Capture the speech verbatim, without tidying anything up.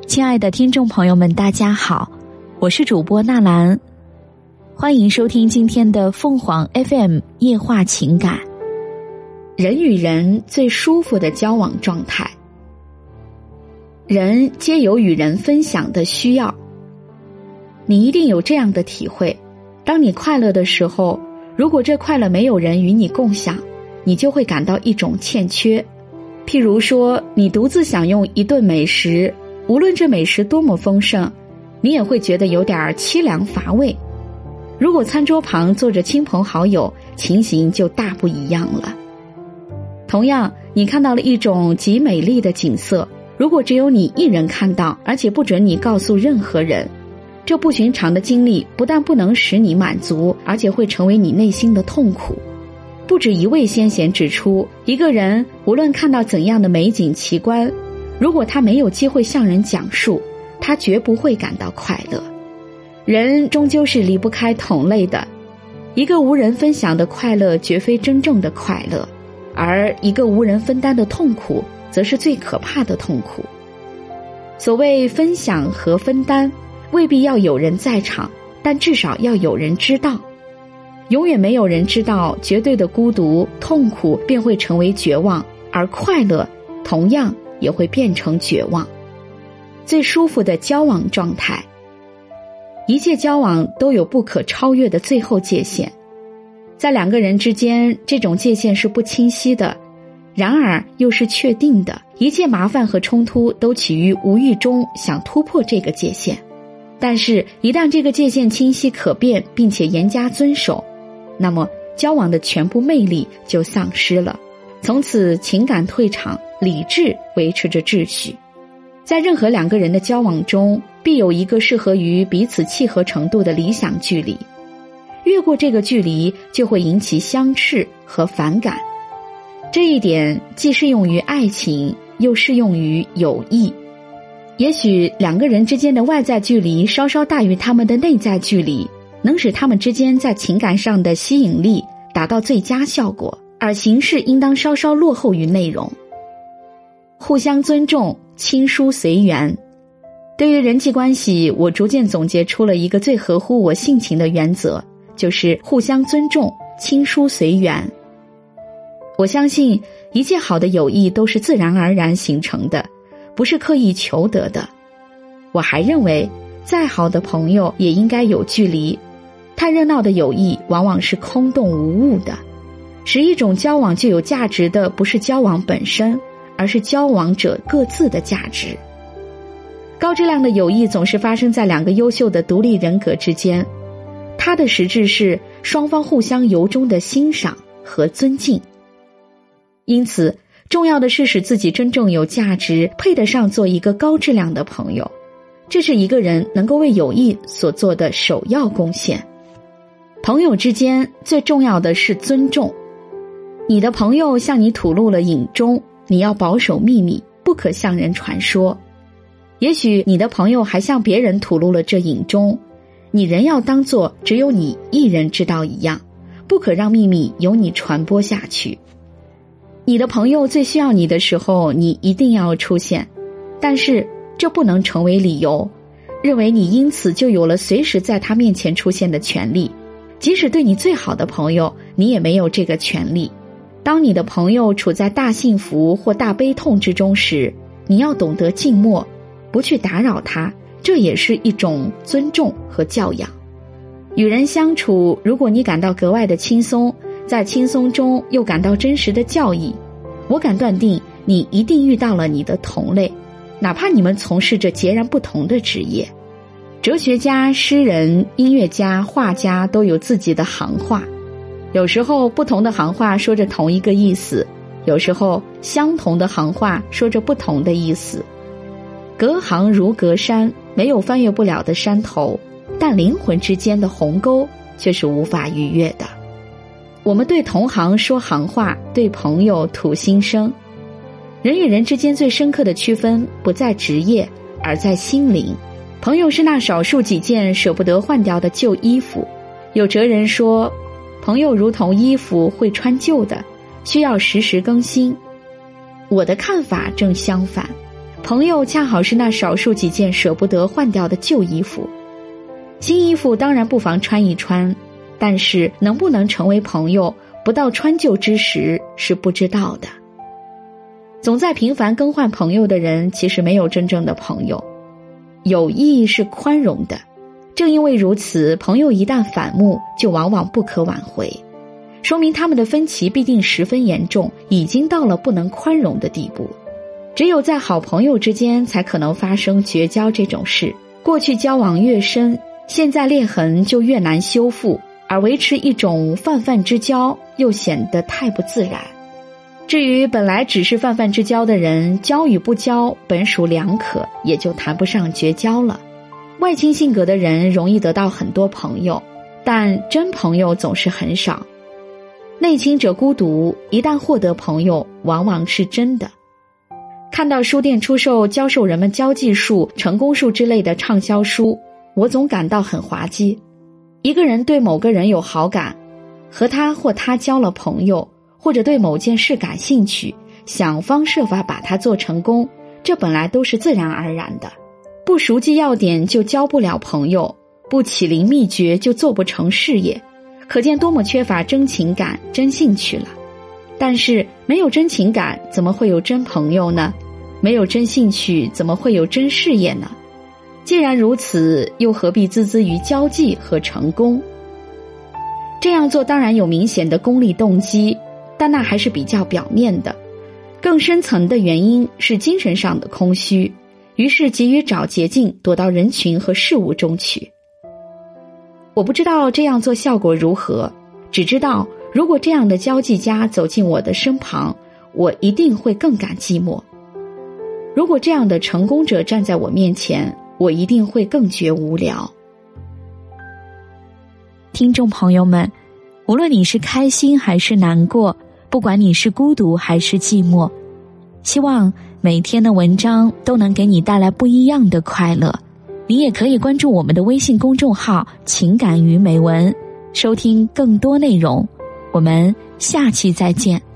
亲爱的听众朋友们，大家好，我是主播纳兰，欢迎收听今天的凤凰 F M 夜话情感。人与人最舒服的交往状态。人皆有与人分享的需要，你一定有这样的体会，当你快乐的时候，如果这快乐没有人与你共享，你就会感到一种欠缺。譬如说，你独自享用一顿美食，无论这美食多么丰盛，你也会觉得有点凄凉乏味。如果餐桌旁坐着亲朋好友，情形就大不一样了。同样，你看到了一种极美丽的景色，如果只有你一人看到，而且不准你告诉任何人，这不寻常的经历不但不能使你满足，而且会成为你内心的痛苦。不止一位先贤指出，一个人无论看到怎样的美景奇观，如果他没有机会向人讲述，他绝不会感到快乐。人终究是离不开同类的，一个无人分享的快乐绝非真正的快乐，而一个无人分担的痛苦则是最可怕的痛苦。所谓分享和分担，未必要有人在场，但至少要有人知道。永远没有人知道，绝对的孤独痛苦便会成为绝望，而快乐同样也会变成绝望。最舒服的交往状态。一切交往都有不可超越的最后界限，在两个人之间，这种界限是不清晰的，然而又是确定的。一切麻烦和冲突都起于无意中想突破这个界限，但是一旦这个界限清晰可辨，并且严加遵守，那么交往的全部魅力就丧失了。从此情感退场，理智维持着秩序。在任何两个人的交往中，必有一个适合于彼此契合程度的理想距离，越过这个距离就会引起相斥和反感。这一点既适用于爱情，又适用于友谊。也许两个人之间的外在距离稍稍大于他们的内在距离，能使他们之间在情感上的吸引力达到最佳效果，而形式应当稍稍落后于内容。互相尊重，亲疏随缘。对于人际关系，我逐渐总结出了一个最合乎我性情的原则，就是互相尊重，亲疏随缘。我相信一切好的友谊都是自然而然形成的，不是刻意求得的。我还认为，再好的朋友也应该有距离，太热闹的友谊往往是空洞无物的。使一种交往具有价值的，不是交往本身，而是交往者各自的价值。高质量的友谊总是发生在两个优秀的独立人格之间，它的实质是双方互相由衷的欣赏和尊敬。因此，重要的是使自己真正有价值，配得上做一个高质量的朋友。这是一个人能够为友谊所做的首要贡献。朋友之间最重要的是尊重。你的朋友向你吐露了隐衷，你要保守秘密，不可向人传说。也许你的朋友还向别人吐露了这隐衷，你仍要当作只有你一人知道一样，不可让秘密由你传播下去。你的朋友最需要你的时候，你一定要出现，但是这不能成为理由，认为你因此就有了随时在他面前出现的权利。即使对你最好的朋友，你也没有这个权利。当你的朋友处在大幸福或大悲痛之中时，你要懂得静默，不去打扰他，这也是一种尊重和教养。与人相处，如果你感到格外的轻松，在轻松中又感到真实的教义，我敢断定你一定遇到了你的同类，哪怕你们从事着截然不同的职业。哲学家、诗人、音乐家、画家都有自己的行话，有时候不同的行话说着同一个意思，有时候相同的行话说着不同的意思。隔行如隔山，没有翻越不了的山头，但灵魂之间的鸿沟却是无法逾越的。我们对同行说行话，对朋友吐心声。人与人之间最深刻的区分不在职业，而在心灵。朋友是那少数几件舍不得换掉的旧衣服。有哲人说，朋友如同衣服，会穿旧的，需要时时更新。我的看法正相反， 朋友恰好是那少数几件舍不得换掉的旧衣服。新衣服当然不妨穿一穿，但是能不能成为朋友，不到穿旧之时是不知道的。总在频繁更换朋友的人，其实没有真正的朋友。友谊是宽容的，正因为如此，朋友一旦反目，就往往不可挽回，说明他们的分歧必定十分严重，已经到了不能宽容的地步。只有在好朋友之间，才可能发生绝交这种事。过去交往越深，现在裂痕就越难修复，而维持一种泛泛之交，又显得太不自然。至于本来只是泛泛之交的人，交与不交本属两可，也就谈不上绝交了。外倾性格的人容易得到很多朋友，但真朋友总是很少。内倾者孤独，一旦获得朋友，往往是真的。看到书店出售教授人们交际术、成功术之类的畅销书，我总感到很滑稽。一个人对某个人有好感，和他或他交了朋友，或者对某件事感兴趣，想方设法把它做成功，这本来都是自然而然的。不熟记要点就交不了朋友，不启灵秘诀就做不成事业，可见多么缺乏真情感、真兴趣了。但是没有真情感，怎么会有真朋友呢？没有真兴趣，怎么会有真事业呢？既然如此，又何必孜孜于交际和成功？这样做当然有明显的功利动机，但那还是比较表面的。更深层的原因是精神上的空虚，于是急于找捷径，躲到人群和事物中去。我不知道这样做效果如何，只知道如果这样的交际家走进我的身旁，我一定会更感寂寞。如果这样的成功者站在我面前，我一定会更觉无聊。 听众朋友们，无论你是开心还是难过，不管你是孤独还是寂寞，希望每天的文章都能给你带来不一样的快乐。你也可以关注我们的微信公众号情感与美文，收听更多内容。我们下期再见。